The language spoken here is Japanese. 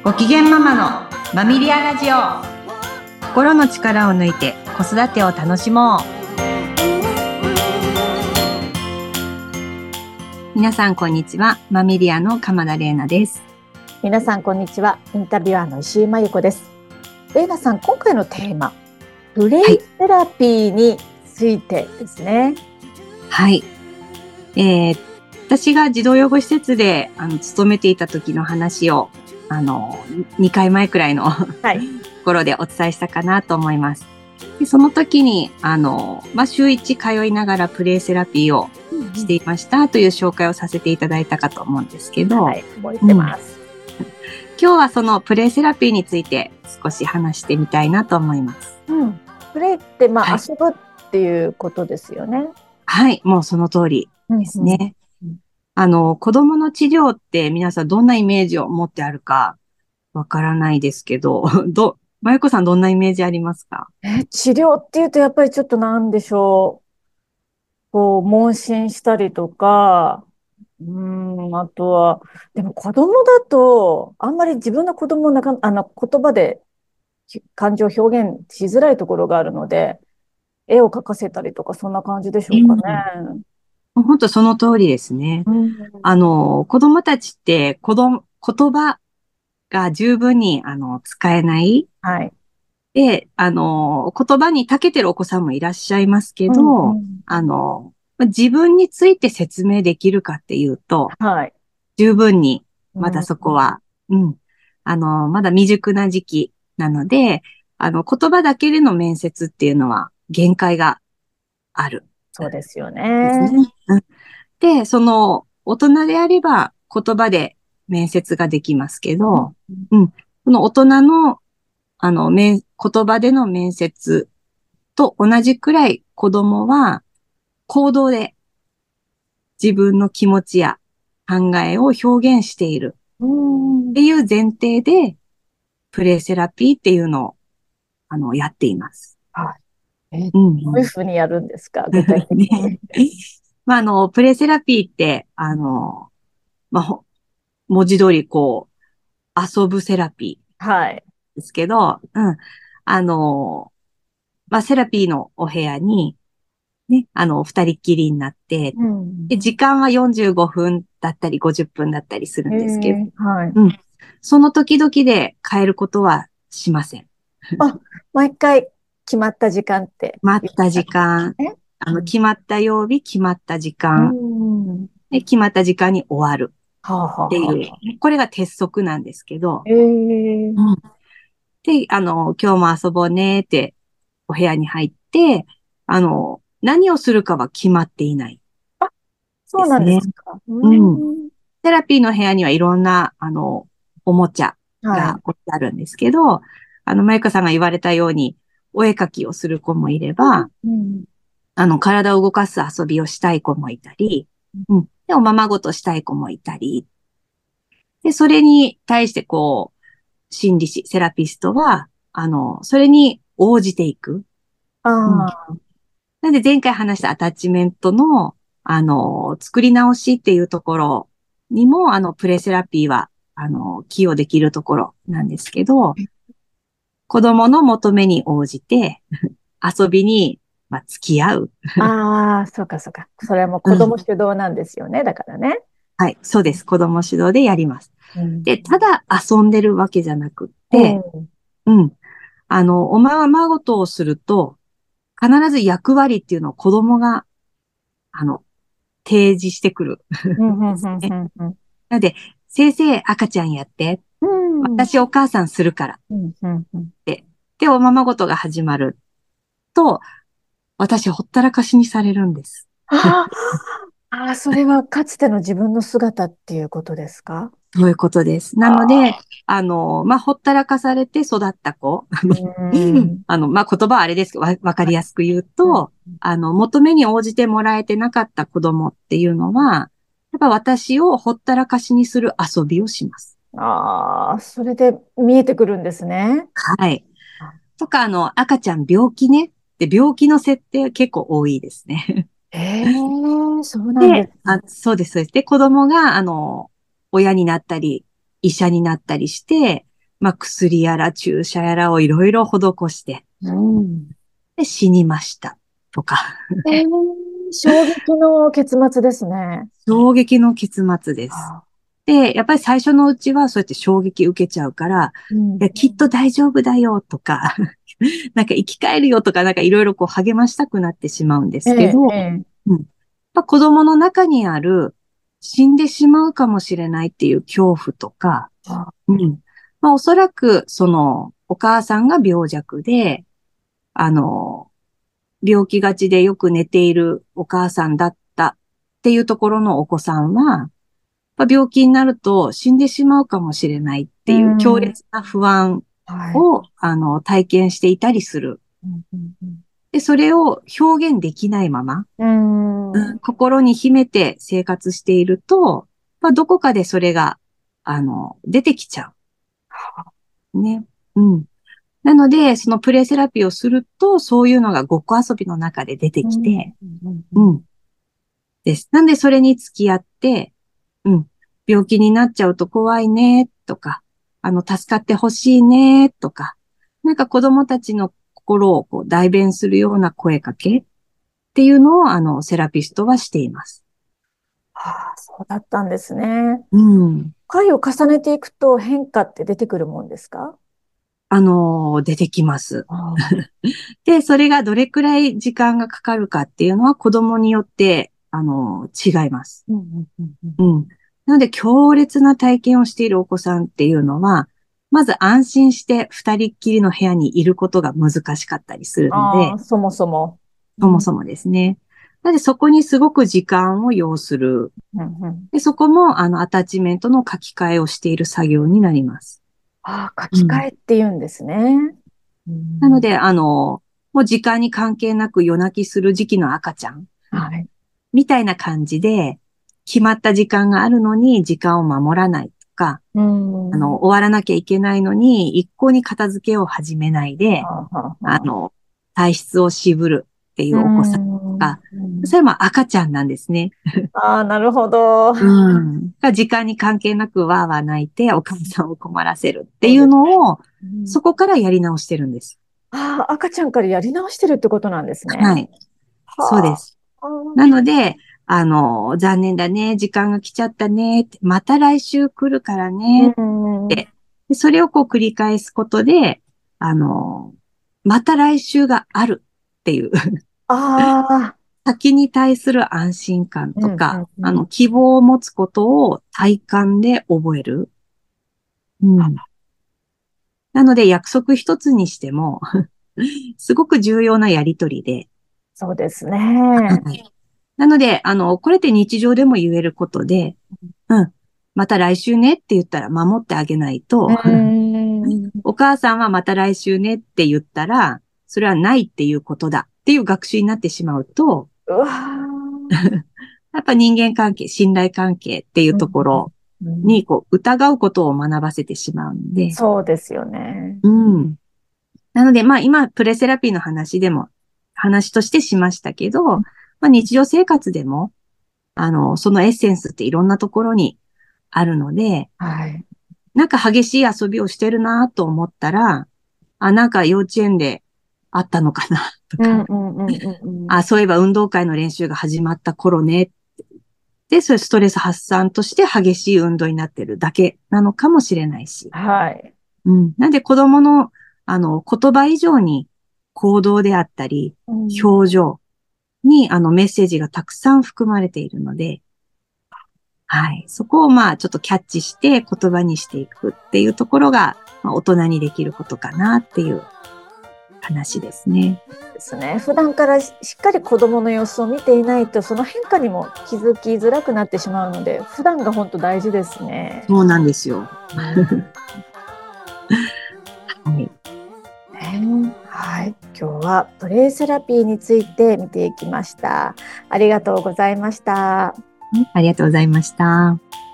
ご機嫌ママのマミリアラジオ。心の力を抜いて子育てを楽しもう。皆さんこんにちは。マミリアの鎌田玲奈です。 皆さんこんにちは。インタビュアーの石井真由子です。玲奈さん、今回のテーマ、プレイセラピーについてですね。 はい。私が児童養護施設で勤めていた時の話を2回前くらいのところでお伝えしたかなと思います。でその時に週1通いながらプレイセラピーをしていましたという紹介をさせていただいたかと思うんですけど、 はい、覚えてます。 今日はそのプレイセラピーについて少し話してみたいなと思います。 プレイってはい、 遊ぶっていうことですよね。 はい、もうその通りですね。子供の治療って皆さんどんなイメージを持ってあるかわからないですけど、まゆこさんどんなイメージありますか？ 治療っていうとやっぱりちょっとなんでしょう。問診したりとか、あとは、でも子供だと、あんまり自分の子供の言葉で感情を表現しづらいところがあるので、絵を描かせたりとか、そんな感じでしょうかね。 本当その通りですね。子供たちって言葉が十分に使えない。 はい。 で、言葉に長けてるお子さんもいらっしゃいますけど、自分について説明できるかっていうと、 はい。 十分に、まだそこは、まだ未熟な時期なので、言葉だけでの面接っていうのは限界がある。 そうですよですね。 ね。 で、大人であれば言葉で面接ができますけど、その大人の、言葉での面接と同じくらい子供は行動で自分の気持ちや考えを表現しているっていう前提で、プレイセラピーっていうのを、やっています。 はい。どういうふうにやるんですか、具体的に。 ね、プレイセラピーって、文字通り遊ぶセラピはい。 ーですけど、セラピーのお部屋に、ね、二人っきりになって、で、時間は45分だったり50分だったりするんですけど、 はい。 その時々で変えることはしません。 毎回決まった時間って決まった時言った間、 ね。 決まった曜日、決まった時間、 はで、決まった時間に終わるあ、はあっていう、 はあ、 これが鉄則なんですけど、 ええ、 うん、で、今日も遊ぼうねってお部屋に入って、何をするかは決まっていないあ、そうなんでですね。 すか。 うん。セラピーの部屋にはいろんな、おもちゃはい。 が置いてあるんですけど、まゆかさんが言われたように、お絵描きをする子もいれば、 うん。 体を動かす遊びをしたい子もいたり、で、おままごとしたい子もいたり、で、それに対して心理師、セラピストは、それに応じていく。うん。 ああ、 なんで前回話したアタッチメントの、作り直しっていうところにも、プレセラピーは、寄与できるところなんですけど、子供の求めに応じて、遊びに、付き合う。 ああ、そうかそうか。それはもう子供主導なんですよね。だからね。 はい、そうです。子供主導でやります。 うん。 で、ただ遊んでるわけじゃなくっうて、 ん。 うん。おままごとをすると、必ず役割っていうのを子供が、あの、提示してくるうん。うん。 ですね。 うん。うん。 なので、先生、赤ちゃんやって。 うん。 私、お母さんするからっうん。うん。うん。 て。で、おままごとが始まると、私、ほったらかしにされるんです。 ああ、それはかつての自分の姿っていうことですか？ そういうことです。なので、 ああ、 ほったらかされて育った子。 うん。 言葉はあれですけど、わかはい。 りやすく言ううん。 と、求めに応じてもらえてなかった子供っていうのは、やっぱ私をほったらかしにする遊びをします。 ああ、それで見えてくるんですね。 はい。とか、赤ちゃん病気ね。で、病気の設定結構多いですね。 ええ、そうなんでで、 すか。 そうです、そうです。で、子供が、親になったり、医者になったりして、 まあ薬やら注射やらをいろいろ施して、 うん。 で死にましたとか、 衝撃の結末ですね。 衝撃の結末です。 あ、 で、やっぱり最初のうちはそうやって衝撃受けちゃうから、 うん。 いや、きっと大丈夫だよとか、なんか生き返るよとか、なんかいろいろこう励ましたくなってしまうんでええ、 すけど、 ええ。 うん。やっぱ子供の中にある死んでしまうかもしれないっていう恐怖とか、 あ、 うん。まあおそらくそのお母さんが病弱で、あの、病気がちでよく寝ているお母さんだったっていうところのお子さんは、病気になると死んでしまうかもしれないっうていう強ん。 烈な不安はい。 を、体験していたりする。 うんうんで、それを表現できないまま、 うん。 心に秘めて生活していると、どこかでそれが、出てきちゃう。ね。うん。なので、そのプレイセラピーをすると、そういうのがごっこ遊びの中で出てうん。 きて、 うんうん。 うん。です。なんで、それに付き合って、うん。病気になっちゃうと怖いね、とか、助かってほしいね、とか、なんか子供たちの心をこう代弁するような声かけっていうのを、セラピストはしています。 ああ、そうだったんですね。 うん。 回を重ねていくと変化って出てくるもんですか？ 出てきます。 ああ。 で、それがどれくらい時間がかかるかっていうのは子供によって、違います。 うんうんうんうん。 うん。なので、強烈な体験をしているお子さんっていうのは、まず安心して二人っきりの部屋にいることが難しかったりするので、 ああ、そもそも。うん。 そもそもですね。なので、そこにすごく時間を要する。 うんうん。 で、そこも、アタッチメントの書き換えをしている作業になります。 ああ、書うん。 き換えって言うんですね。うん。 なので、もう時間に関係なく夜泣きする時期の赤ちゃんはい。 みたいな感じで、決まった時間があるのに時間を守らないとか、 うん。 終わらなきゃいけないのに、一向に片付けを始めないで、 はあはあはあ。 あの、体質を渋るっていううお子さんん。 が、 うん。 それはまあ赤ちゃんなんですね。 ああ、なるほど。 うん。が時間に関係なくわーわー泣いてお母さんを困らせるっていうそうです。 のを、 うん。 そこからやり直してるんです。 ああ、赤ちゃんからやり直してるってことなんですね。 はい。そうではす。 あ。あなー。 ので、残念だね、時間が来ちゃったねって、また来週来るからうねっん。 て、でそれをこう繰り返すことで、あの、また来週があるっていう、 ああ。 先に対する安心感うんうとか、 んうん。 希望を持つことを体感で覚える。うん。なので約束一つにしてもすごく重要なやりとりで、 そうですね。 はい。なので、これって日常でも言えることで、うん。また来週ねって言ったら守ってあげないうと、 ーん。 お母さんはまた来週ねって言ったら、それはないっていうことだっていう学習になってしまうと、 うわー。 やっぱ人間関係、信頼関係っていううんところうん。 にこう疑うことを学ばせてしまうので、 そうですよね。 うん。なので、まあ今、プレセラピーの話でも、話としてしましたけど、まあ日常生活でも、そのエッセンスっていろんなところにあるので、 はい。 なんか激しい遊びをしてるなと思ったら、なんか幼稚園であったのかなとうんか、 うんうんうんうん。 そういえば運動会の練習が始まった頃ね。で、それストレス発散として激しい運動になってるだけなのかもしれないし。 はい。 うん。なんで子供の、言葉以上に行動であったり、 うん。 表情に、メッセージがたくさん含まれているので、はい。そこをまあちょっとキャッチして言葉にしていくっていうところが、まあ、大人にできることかなっていう話ですね。 ですね。普段からしっかり子供の様子を見ていないと、その変化にも気づきづらくなってしまうので、普段が本当大事ですね。 そうなんですよ。 うん。 はい。 はい。今日はプレイセラピーについて見ていきました。ありがとうございました。 ありがとうございました。